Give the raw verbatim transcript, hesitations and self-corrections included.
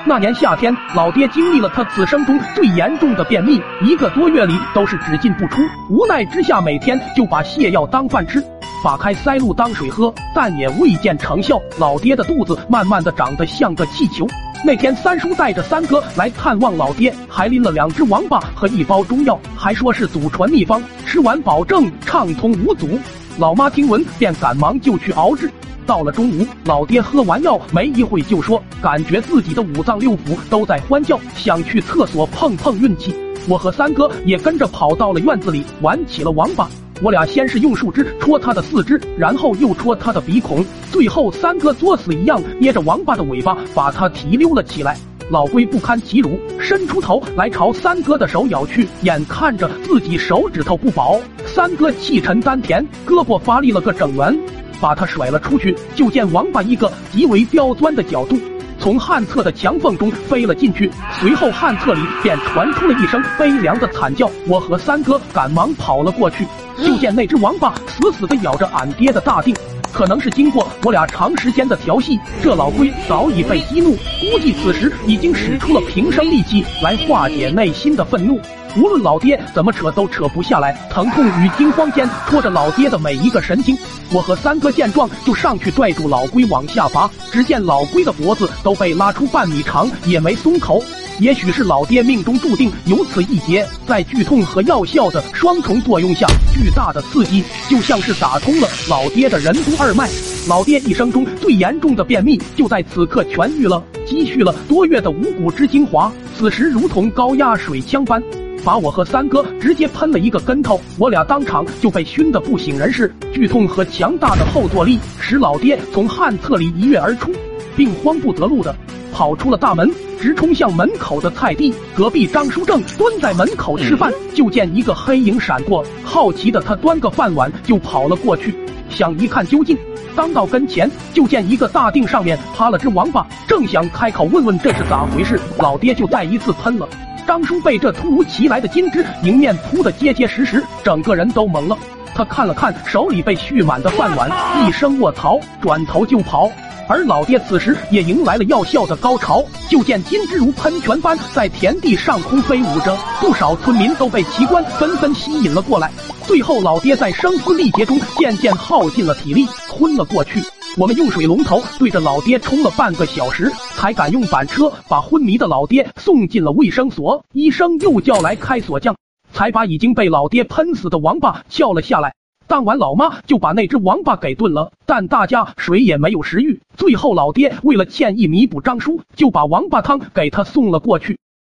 那年夏天，老爹经历了他此生中最严重的便秘，一个多月里都是只进不出，无奈之下每天就把泻药当饭吃，把开塞露当水喝，但也未见成效。老爹的肚子慢慢的长得像个气球。那天三叔带着三哥来探望老爹，还拎了两只王八和一包中药，还说是祖传秘方，吃完保证畅通无阻。老妈听闻便赶忙就去熬制。到了中午，老爹喝完药没一会就说感觉自己的五脏六腑都在欢叫，想去厕所碰碰运气。我和三哥也跟着跑到了院子里玩起了王八。我俩先是用树枝戳他的四肢，然后又戳他的鼻孔，最后三哥作死一样捏着王八的尾巴把他提溜了起来。老龟不堪其辱，伸出头来朝三哥的手咬去，眼看着自己手指头不保，三哥气沉丹田，胳膊发力了个整圆，把他甩了出去。就见王八一个极为刁钻的角度，从旱厕的墙缝中飞了进去，随后旱厕里便传出了一声悲凉的惨叫。我和三哥赶忙跑了过去，就见那只王八死死地咬着俺爹的大腚。可能是经过我俩长时间的调戏，这老龟早已被激怒，估计此时已经使出了平生力气来化解内心的愤怒。无论老爹怎么扯都扯不下来，疼痛与惊慌间戳着老爹的每一个神经。我和三哥见状就上去拽住老龟往下拔，只见老龟的脖子都被拉出半米长，也没松口。也许是老爹命中注定有此一劫，在剧痛和药效的双重作用下，巨大的刺激就像是打通了老爹的任督二脉。老爹一生中最严重的便秘就在此刻痊愈了，积蓄了多月的五谷之精华，此时如同高压水枪般把我和三哥直接喷了一个跟头，我俩当场就被熏得不省人事。剧痛和强大的后坐力使老爹从旱厕里一跃而出，并慌不择路的跑出了大门，直冲向门口的菜地。隔壁张叔正蹲在门口吃饭，就见一个黑影闪过，好奇的他端个饭碗就跑了过去，想一看究竟。当到跟前，就见一个大腚上面趴了只王八，正想开口问问这是咋回事，老爹就再一次喷了。张叔被这突如其来的金枝迎面扑得结结实实，整个人都懵了。他看了看手里被蓄满的饭碗，一声卧槽，转头就跑。而老爹此时也迎来了药效的高潮，就见金枝如喷泉般在田地上空飞舞着，不少村民都被奇观纷纷吸引了过来。最后老爹在声嘶力竭中渐渐耗尽了体力，昏了过去。我们用水龙头对着老爹冲了半个小时，才敢用板车把昏迷的老爹送进了卫生所。医生又叫来开锁匠，才把已经被老爹喷死的王八撬了下来。当晚老妈就把那只王八给炖了，但大家谁也没有食欲。最后老爹为了歉意弥补张叔，就把王八汤给他送了过去。